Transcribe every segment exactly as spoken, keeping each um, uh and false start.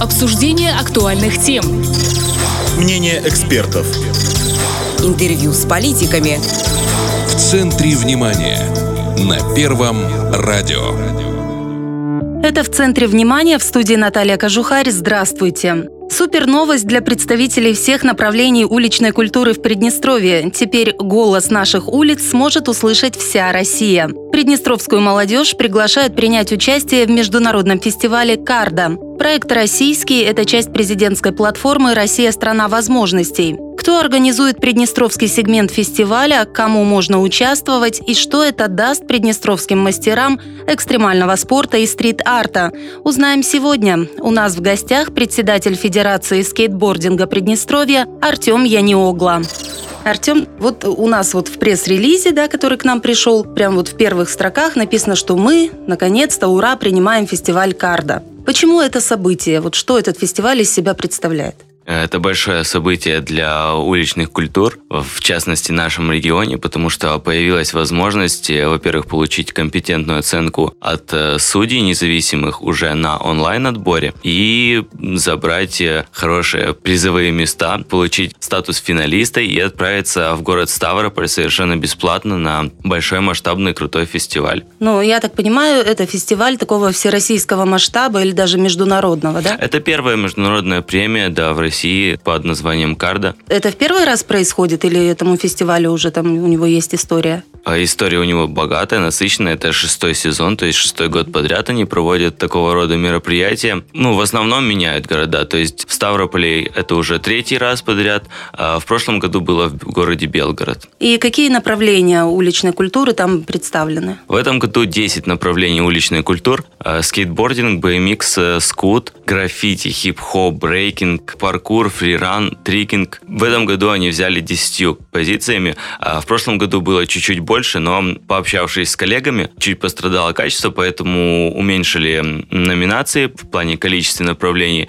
Обсуждение актуальных тем. Мнение экспертов. Интервью с политиками. В центре внимания. На Первом радио. Это «В центре внимания», в студии Наталья Кожухарь. Здравствуйте. Супер новость для представителей всех направлений уличной культуры в Приднестровье. Теперь голос наших улиц сможет услышать вся Россия. Приднестровскую молодежь приглашают принять участие в международном фестивале «Карда». Проект российский – это часть президентской платформы «Россия – страна возможностей». Кто организует приднестровский сегмент фестиваля, кому можно участвовать и что это даст приднестровским мастерам экстремального спорта и стрит-арта, узнаем сегодня. У нас в гостях председатель Федерации скейтбординга Приднестровья Артем Яниогла. Артем, вот у нас вот в пресс-релизе, да, который к нам пришел, прям вот в первых строках написано, что мы, наконец-то, ура, принимаем фестиваль «Карда». Почему это событие? Вот что этот фестиваль из себя представляет? Это большое событие для уличных культур, в частности, в нашем регионе, потому что появилась возможность, во-первых, получить компетентную оценку от судей независимых уже на онлайн-отборе и забрать хорошие призовые места, получить статус финалиста и отправиться в город Ставрополь совершенно бесплатно на большой масштабный крутой фестиваль. Ну, я так понимаю, это фестиваль такого всероссийского масштаба или даже международного, да? Это первая международная премия, да, в России под названием «Карда». Это в первый раз происходит или этому фестивалю уже там у него есть история? А история у него богатая, насыщенная. Это шестой сезон, то есть шестой год подряд они проводят такого рода мероприятия. Ну, в основном меняют города. То есть в Ставрополе это уже третий раз подряд, а в прошлом году было в городе Белгород. И какие направления уличной культуры там представлены? В этом году десять направлений уличной культуры. Скейтбординг, би эм икс, скут, граффити, хип-хоп, брейкинг, паркур, фриран, трикинг. В этом году они взяли десятью позициями. А в прошлом году было чуть-чуть больше, но пообщавшись с коллегами, чуть пострадало качество, поэтому уменьшили номинации в плане количества направлений,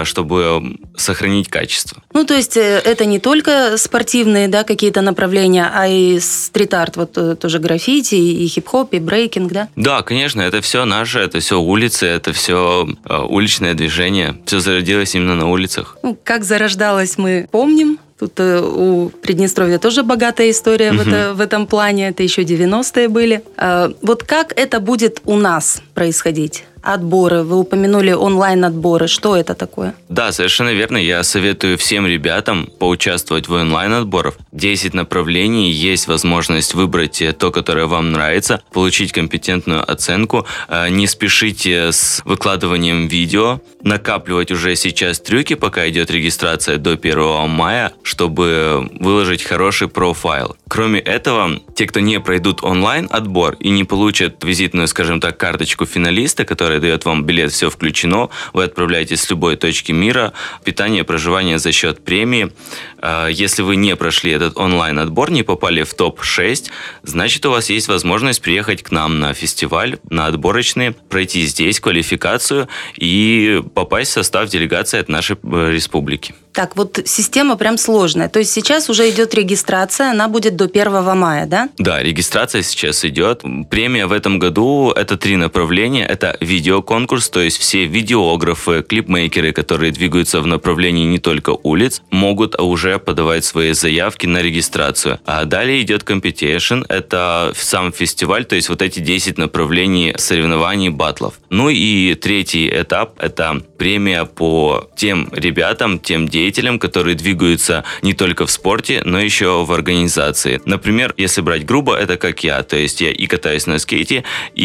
чтобы сохранить качество. Ну, то есть это не только спортивные, да, какие-то направления, а и стрит-арт, вот тоже граффити, и хип-хоп, и брейкинг, да? Да, конечно, это все наше, это все улицы, это все уличное движение. Все зародилось именно на улицах. Ну, как зарождалось, мы помним. Тут э, у Приднестровья тоже богатая история uh-huh. в, это, в этом плане. Это еще девяностые были. Э, вот как это будет у нас происходить? Отборы. Вы упомянули онлайн-отборы. Что это такое? Да, совершенно верно. Я советую всем ребятам поучаствовать в онлайн-отборах. десять направлений. Есть возможность выбрать то, которое вам нравится, получить компетентную оценку. Не спешите с выкладыванием видео. Накапливать уже сейчас трюки, пока идет регистрация до первого мая, чтобы выложить хороший профайл. Кроме этого, те, кто не пройдут онлайн-отбор и не получат визитную, скажем так, карточку финалиста, которая дает вам билет, все включено, вы отправляетесь с любой точки мира, питание, проживание за счет премии. Если вы не прошли этот онлайн-отбор, не попали в топ шесть, значит, у вас есть возможность приехать к нам на фестиваль, на отборочные, пройти здесь квалификацию и попасть в состав делегации от нашей республики. Так, вот система прям сложная. То есть сейчас уже идет регистрация, она будет до первого мая, да? Да, регистрация сейчас идет. Премия в этом году – это три направления. Это видеоконкурс, то есть все видеографы, клипмейкеры, которые двигаются в направлении не только улиц, могут уже подавать свои заявки на регистрацию. А далее идет competition, это сам фестиваль, то есть вот эти десять направлений соревнований, батлов. Ну и третий этап – это премия по тем ребятам, тем деятелям, которые двигаются не только в спорте, но еще в организации. Например, если брать грубо, это как я, то есть я и катаюсь на скейте,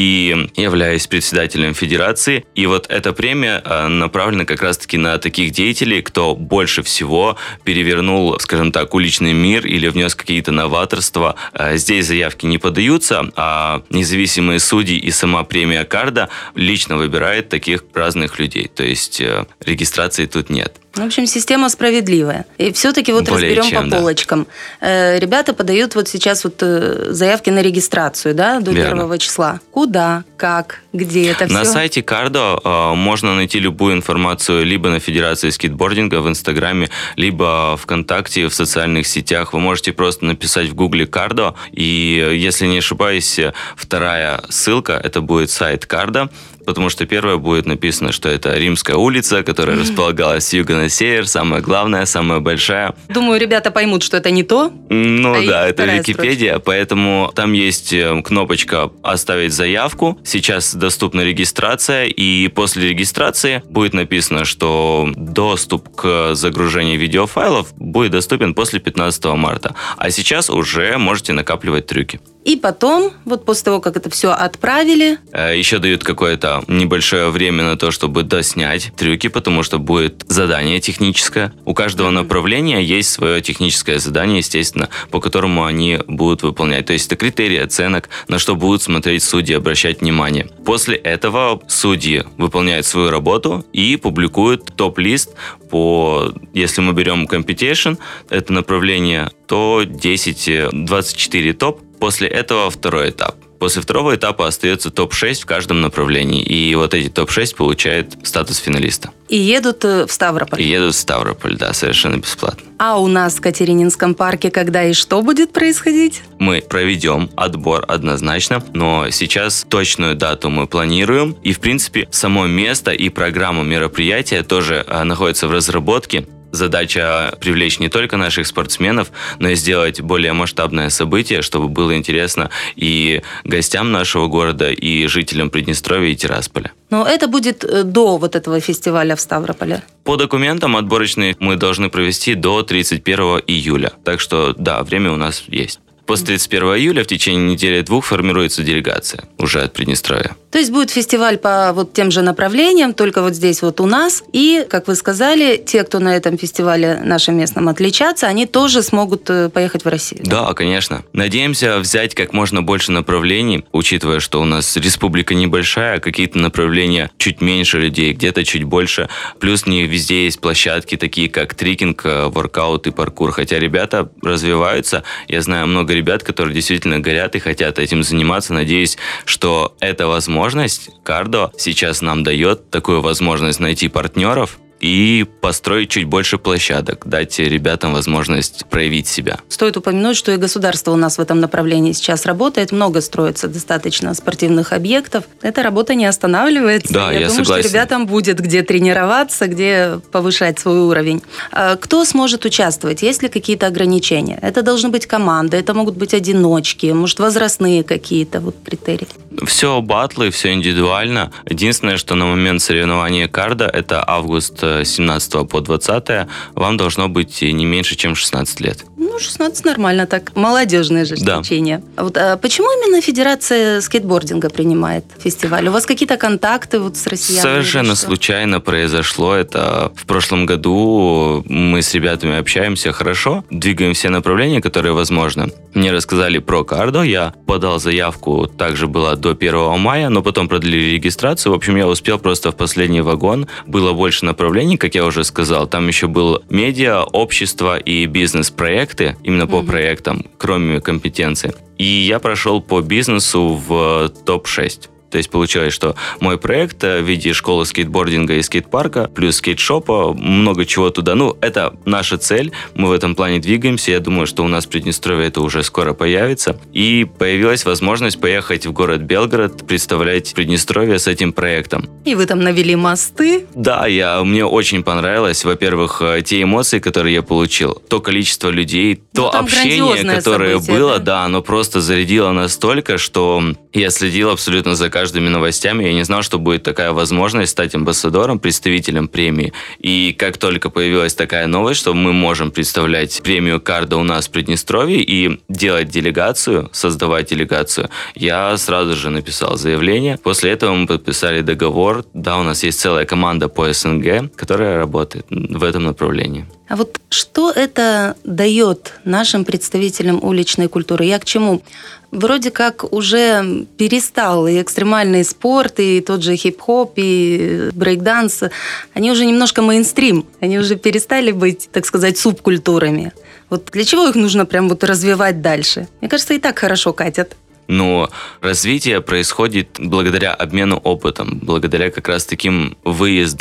и являюсь председателем федерации, и вот эта премия направлена как раз-таки на таких деятелей, кто больше всего перевернул, скажем так, уличный мир или внес какие-то новаторства. Здесь заявки не подаются, а независимые судьи и сама премия «Карда» лично выбирает таких разных людей, то есть регистрации тут нет. В общем, система справедливая. И все-таки вот Более разберем чем, по да. полочкам. Ребята подают вот сейчас вот заявки на регистрацию, да, до Верно. первого числа. Куда, как, где это все? На сайте «Кардо» э, можно найти любую информацию либо на Федерации скейтбординга в Инстаграме, либо ВКонтакте, в социальных сетях. Вы можете просто написать в Гугле «Кардо», и, если не ошибаюсь, вторая ссылка, это будет сайт «Кардо». потому что первое будет написано, что это Римская улица, которая располагалась с юга на север, самая главная, самая большая. Думаю, ребята поймут, что это не то. Ну а да, это Википедия, строчка. Поэтому там есть кнопочка «Оставить заявку». Сейчас доступна регистрация, и после регистрации будет написано, что доступ к загружению видеофайлов будет доступен после пятнадцатого марта. А сейчас уже можете накапливать трюки. И потом, вот после того, как это все отправили... Еще дают какое-то небольшое время на то, чтобы доснять трюки, потому что будет задание техническое. У каждого mm-hmm. направления есть свое техническое задание, естественно, по которому они будут выполнять. То есть это критерии оценок, на что будут смотреть судьи, обращать внимание. После этого судьи выполняют свою работу и публикуют топ-лист по, если мы берем Computation, это направление, то десять-двадцать четыре топ. После этого второй этап. После второго этапа остается топ шесть в каждом направлении. И вот эти топ шесть получают статус финалиста. И едут в Ставрополь. И едут в Ставрополь, да, совершенно бесплатно. А у нас в Катерининском парке когда и что будет происходить? Мы проведем отбор однозначно, но сейчас точную дату мы планируем. И, в принципе, само место и программа мероприятия тоже находятся в разработке. Задача привлечь не только наших спортсменов, но и сделать более масштабное событие, чтобы было интересно и гостям нашего города, и жителям Приднестровья и Тирасполя. Но это будет до вот этого фестиваля в Ставрополе? По документам отборочные мы должны провести до тридцать первого июля. Так что, да, время у нас есть. После тридцать первого июля в течение недели-двух формируется делегация уже от Приднестровья. То есть будет фестиваль по вот тем же направлениям, только вот здесь вот у нас. И, как вы сказали, те, кто на этом фестивале нашем местном отличатся, они тоже смогут поехать в Россию. Да, конечно. Надеемся взять как можно больше направлений, учитывая, что у нас республика небольшая, какие-то направления чуть меньше людей, где-то чуть больше. Плюс не везде есть площадки, такие как трекинг, воркаут и паркур. Хотя ребята развиваются. Я знаю много ребят, которые действительно горят и хотят этим заниматься. Надеюсь, что эта возможность Кардо сейчас нам дает такую возможность найти партнеров и построить чуть больше площадок, дать ребятам возможность проявить себя. Стоит упомянуть, что и государство у нас в этом направлении сейчас работает. Много строится достаточно спортивных объектов. Эта работа не останавливается. Да, я, я думаю, согласен. что ребятам будет где тренироваться, где повышать свой уровень. Кто сможет участвовать? Есть ли какие-то ограничения? Это должны быть команды, это могут быть одиночки, может, возрастные какие-то вот критерии? Все батлы, все индивидуально. Единственное, что на момент соревнования Кардо, это август семнадцатого по двадцатое, вам должно быть не меньше, чем шестнадцать лет. Ну, шестнадцать нормально так. Молодежное же да. течение. А вот, а почему именно Федерация скейтбординга принимает фестиваль? У вас какие-то контакты вот с россиянами? Совершенно случайно произошло это. В прошлом году мы с ребятами общаемся хорошо, двигаем все направления, которые возможно. Мне рассказали про Кардо, я подал заявку, также была до первого мая, но потом продлили регистрацию. В общем, я успел просто в последний вагон. Было больше направлений, как я уже сказал. Там еще был медиа, общество и бизнес-проекты, именно по mm-hmm. проектам, кроме компетенций. И я прошел по бизнесу в топ шесть. То есть получилось, что мой проект в виде школы скейтбординга и скейт-парка, плюс скейт-шопа, много чего туда. Ну, это наша цель, мы в этом плане двигаемся. Я думаю, что у нас в Приднестровье это уже скоро появится. И появилась возможность поехать в город Белгород, представлять Приднестровье с этим проектом. И вы там навели мосты? Да, я, мне очень понравилось, во-первых, те эмоции, которые я получил, то количество людей, то ну, общение, которое событие, было, да? да, оно просто зарядило настолько, что я следил абсолютно за каждыми новостями. Я не знал, что будет такая возможность стать амбассадором, представителем премии. И как только появилась такая новость, что мы можем представлять премию Кардо у нас в Приднестровье и делать делегацию, создавать делегацию, я сразу же написал заявление. После этого мы подписали договор. Да, у нас есть целая команда по СНГ, которая работает в этом направлении. А вот что это дает нашим представителям уличной культуры? Я к чему? Вроде как уже перестал и экстремальный спорт, и тот же хип-хоп, и брейк-данс. Они уже немножко мейнстрим. Они уже перестали быть, так сказать, субкультурами. Вот для чего их нужно прям вот развивать дальше? Мне кажется, и так хорошо катят. Но развитие происходит благодаря обмену опытом, благодаря как раз таким выездам.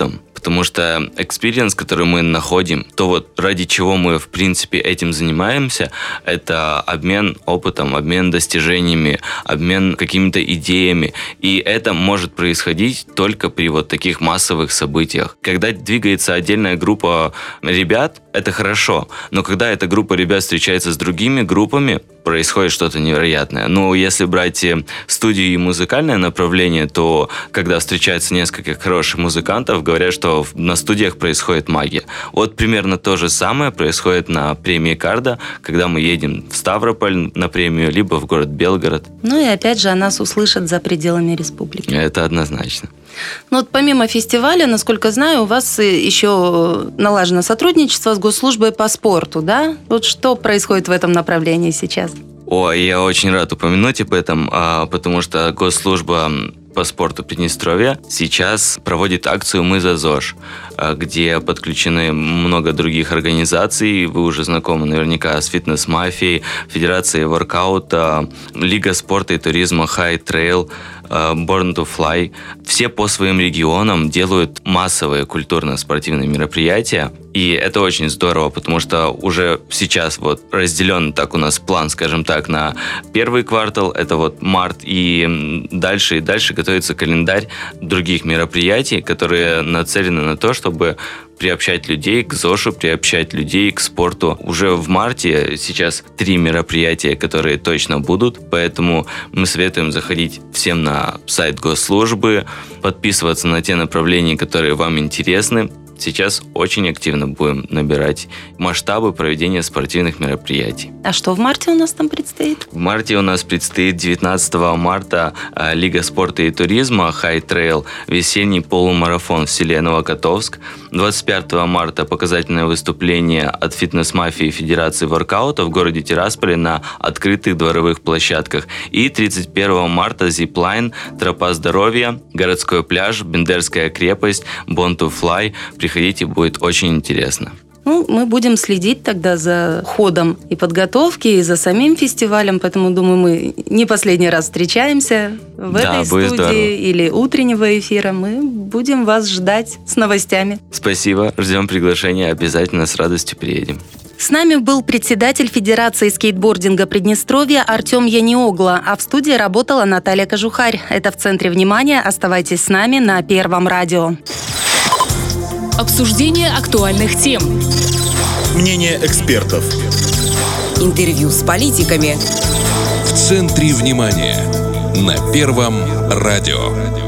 потому что экспириенс, который мы находим, то вот ради чего мы, в принципе, этим занимаемся, это обмен опытом, обмен достижениями, обмен какими-то идеями. И это может происходить только при вот таких массовых событиях. Когда двигается отдельная группа ребят, это хорошо. Но когда эта группа ребят встречается с другими группами, происходит что-то невероятное. Ну, если брать студию и музыкальное направление, то когда встречаются несколько хороших музыкантов, говорят, что на студиях происходит магия. Вот примерно то же самое происходит на премии Карда, когда мы едем в Ставрополь на премию, либо в город Белгород. Ну и опять же, о нас услышат за пределами республики. Это однозначно. Ну вот помимо фестиваля, насколько знаю, у вас еще налажено сотрудничество с Госслужбой по спорту, да? Вот что происходит в этом направлении сейчас? Ой, я очень рад упомянуть об этом, потому что Госслужба по спорту Приднестровья сейчас проводит акцию «Мы за ЗОЖ», где подключены много других организаций. Вы уже знакомы наверняка с фитнес-мафией, Федерацией воркаута, Лига спорта и туризма High Trail, Born to Fly. Все по своим регионам делают массовые культурно-спортивные мероприятия. И это очень здорово, потому что уже сейчас вот разделен так у нас план, скажем так, на первый квартал, это вот март, и дальше и дальше готовится календарь других мероприятий, которые нацелены на то, чтобы приобщать людей к ЗОЖу, приобщать людей к спорту. Уже в марте сейчас три мероприятия, которые точно будут, поэтому мы советуем заходить всем на сайт Госслужбы, подписываться на те направления, которые вам интересны. Сейчас очень активно будем набирать масштабы проведения спортивных мероприятий. А что в марте у нас там предстоит? В марте у нас предстоит девятнадцатого марта Лига спорта и туризма High Trail, весенний полумарафон в селе Новокотовск. двадцать пятого марта показательное выступление от фитнес-мафии Федерации воркаута в городе Тирасполе на открытых дворовых площадках. И тридцать первого марта зиплайн, тропа здоровья, городской пляж, Бендерская крепость, Born to Fly. Приходите, будет очень интересно. Ну, мы будем следить тогда за ходом и подготовки, и за самим фестивалем, поэтому, думаю, мы не последний раз встречаемся в да, этой студии здорово. Или утреннего эфира. Мы будем вас ждать с новостями. Спасибо, ждем приглашения, обязательно с радостью приедем. С нами был председатель Федерации скейтбординга Приднестровья Артем Яниогло, а в студии работала Наталья Кожухарь. Это «В центре внимания». Оставайтесь с нами на Первом радио. Обсуждение актуальных тем. Мнение экспертов. Интервью с политиками. В центре внимания на Первом радио.